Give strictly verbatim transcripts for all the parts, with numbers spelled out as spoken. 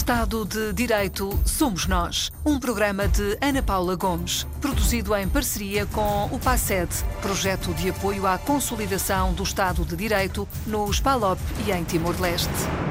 Estado de Direito Somos Nós. Um programa de Ana Paula Gomes, produzido em parceria com o PASED, projeto de apoio à consolidação do Estado de Direito nos PALOP e em Timor-Leste.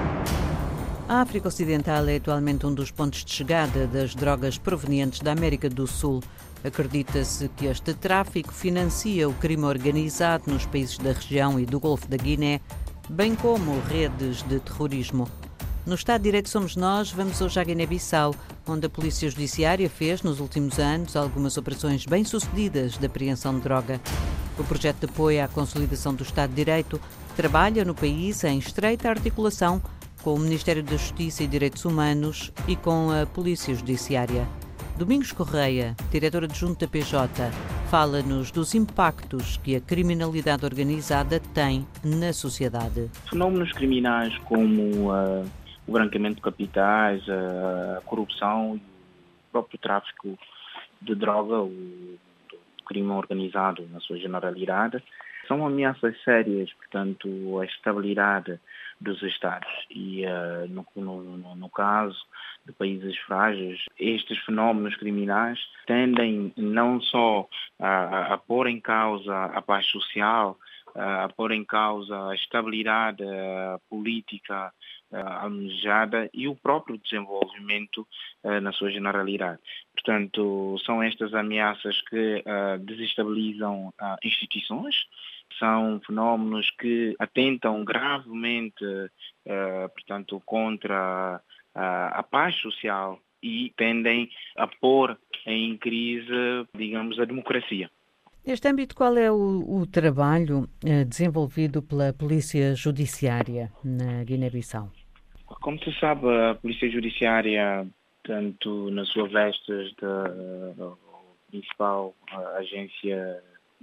A África Ocidental é atualmente um dos pontos de chegada das drogas provenientes da América do Sul. Acredita-se que este tráfico financia o crime organizado nos países da região e do Golfo da Guiné, bem como redes de terrorismo. No Estado de Direito Somos Nós, vamos hoje à Guiné-Bissau, onde a Polícia Judiciária fez, nos últimos anos, algumas operações bem-sucedidas de apreensão de droga. O projeto de apoio à consolidação do Estado de Direito trabalha no país em estreita articulação com o Ministério da Justiça e Direitos Humanos e com a Polícia Judiciária. Domingos Correia, diretor adjunto da P J, fala-nos dos impactos que a criminalidade organizada tem na sociedade. Fenómenos criminais como uh, o branqueamento de capitais, uh, a corrupção e o próprio tráfico de droga, o, o crime organizado na sua generalidade, são ameaças sérias, portanto, à estabilidade dos Estados e, uh, no, no, no caso de países frágeis, estes fenómenos criminais tendem não só a, a pôr em causa a paz social, a pôr em causa a estabilidade a política a, almejada e o próprio desenvolvimento a, na sua generalidade. Portanto, são estas ameaças que a, desestabilizam a, instituições. São fenómenos que atentam gravemente, uh, portanto, contra a, a paz social e tendem a pôr em crise, digamos, a democracia. Neste âmbito, qual é o, o trabalho uh, desenvolvido pela Polícia Judiciária na Guiné-Bissau? Como se sabe, a Polícia Judiciária, tanto na sua vestes da uh, principal uh, agência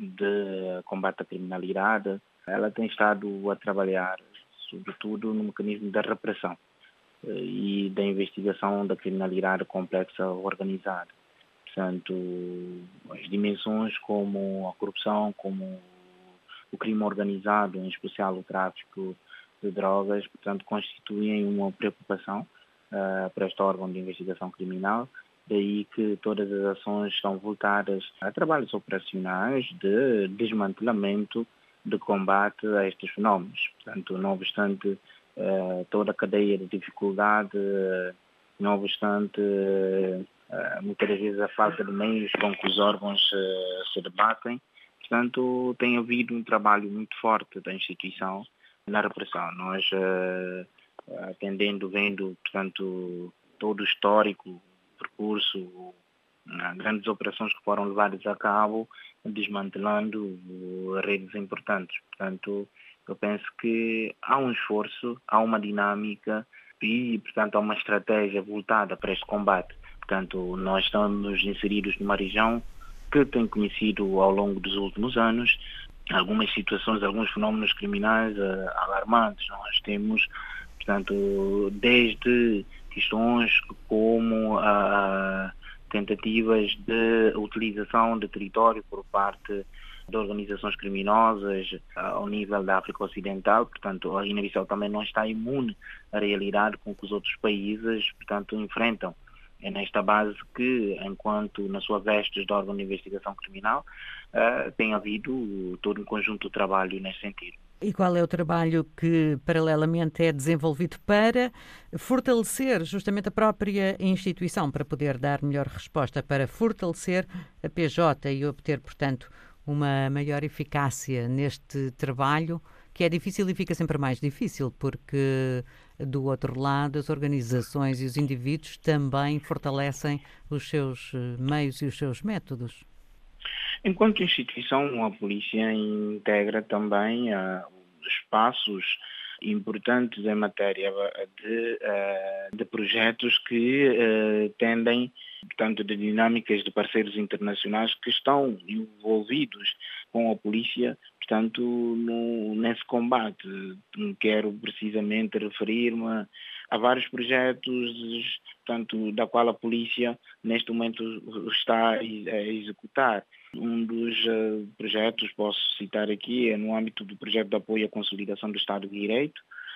de combate à criminalidade, ela tem estado a trabalhar, sobretudo, no mecanismo da repressão e da investigação da criminalidade complexa organizada. Portanto, as dimensões como a corrupção, como o crime organizado, em especial o tráfico de drogas, portanto, constituem uma preocupação uh, para este órgão de investigação criminal. Daí que todas as ações estão voltadas a trabalhos operacionais de desmantelamento, de combate a estes fenómenos. Portanto, não obstante uh, toda a cadeia de dificuldade, uh, não obstante uh, muitas vezes a falta de meios com que os órgãos uh, se debatem, portanto, tem havido um trabalho muito forte da instituição na repressão. Nós, uh, atendendo, vendo, portanto, todo o histórico, percurso, grandes operações que foram levadas a cabo, desmantelando redes importantes. Portanto, eu penso que há um esforço, há uma dinâmica e, portanto, há uma estratégia voltada para este combate. Portanto, nós estamos inseridos numa região que tem conhecido ao longo dos últimos anos algumas situações, alguns fenómenos criminais uh, alarmantes. Nós temos, portanto, desde questões como a tentativas de utilização de território por parte de organizações criminosas ao nível da África Ocidental. Portanto, a Guiné-Bissau também não está imune à realidade com que os outros países, portanto, enfrentam. É nesta base que, enquanto na sua vestes de órgão de investigação criminal, uh, tem havido todo um conjunto de trabalho nesse sentido. E qual é o trabalho que, paralelamente, é desenvolvido para fortalecer justamente a própria instituição, para poder dar melhor resposta, para fortalecer a P J e obter, portanto, uma maior eficácia neste trabalho, que é difícil e fica sempre mais difícil, porque, do outro lado, as organizações e os indivíduos também fortalecem os seus meios e os seus métodos? Enquanto instituição, a polícia integra também uh, espaços importantes em matéria de, uh, de projetos que uh, tendem, portanto, de dinâmicas de parceiros internacionais que estão envolvidos com a polícia, portanto, no, nesse combate. Quero precisamente referir-me a vários projetos, portanto, da qual a polícia neste momento está a executar. Um dos uh, projetos, posso citar aqui, é no âmbito do projeto de apoio à consolidação do Estado de Direito,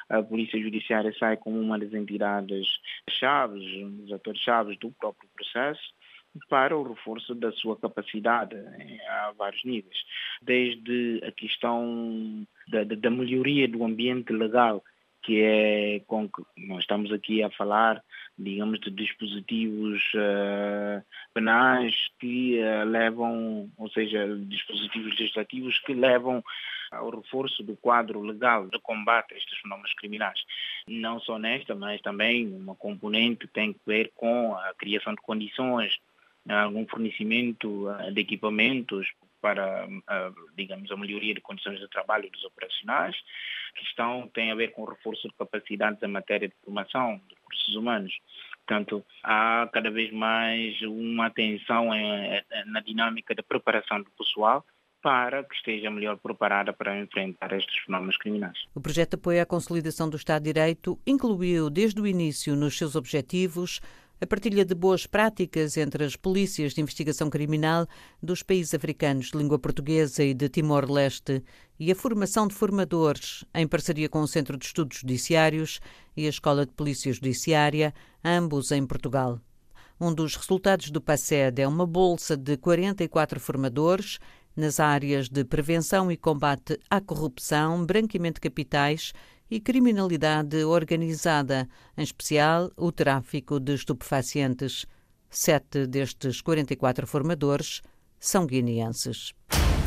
a Polícia Judiciária sai como uma das entidades chaves, dos atores chaves do próprio processo, para o reforço da sua capacidade a vários níveis. Desde a questão da, da melhoria do ambiente legal, que é com que nós estamos aqui a falar, digamos, de dispositivos uh, penais que uh, levam, ou seja, dispositivos legislativos que levam ao reforço do quadro legal de combate a estes fenómenos criminais. Não só nesta, mas também uma componente que tem a ver com a criação de condições, algum fornecimento de equipamentos para, digamos, a melhoria de condições de trabalho dos operacionais. A questão tem a ver com o reforço de capacidades em matéria de formação de recursos humanos. Portanto, há cada vez mais uma atenção na dinâmica da preparação do pessoal para que esteja melhor preparada para enfrentar estes fenómenos criminais. O projeto de apoio à consolidação do Estado de Direito incluiu desde o início nos seus objetivos a partilha de boas práticas entre as polícias de investigação criminal dos países africanos de língua portuguesa e de Timor-Leste e a formação de formadores em parceria com o Centro de Estudos Judiciários e a Escola de Polícia Judiciária, ambos em Portugal. Um dos resultados do PASED é uma bolsa de quarenta e quatro formadores nas áreas de prevenção e combate à corrupção, branqueamento de capitais e criminalidade organizada, em especial o tráfico de estupefacientes. Sete destes quarenta e quatro formadores são guineenses.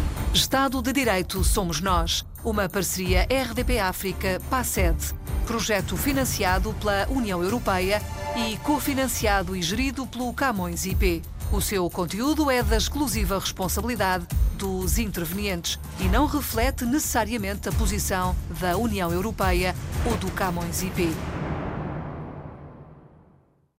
Estado de Direito Somos Nós, uma parceria R D P África PASED, projeto financiado pela União Europeia e cofinanciado e gerido pelo Camões I P. O seu conteúdo é da exclusiva responsabilidade dos intervenientes e não reflete necessariamente a posição da União Europeia ou do Camões I P.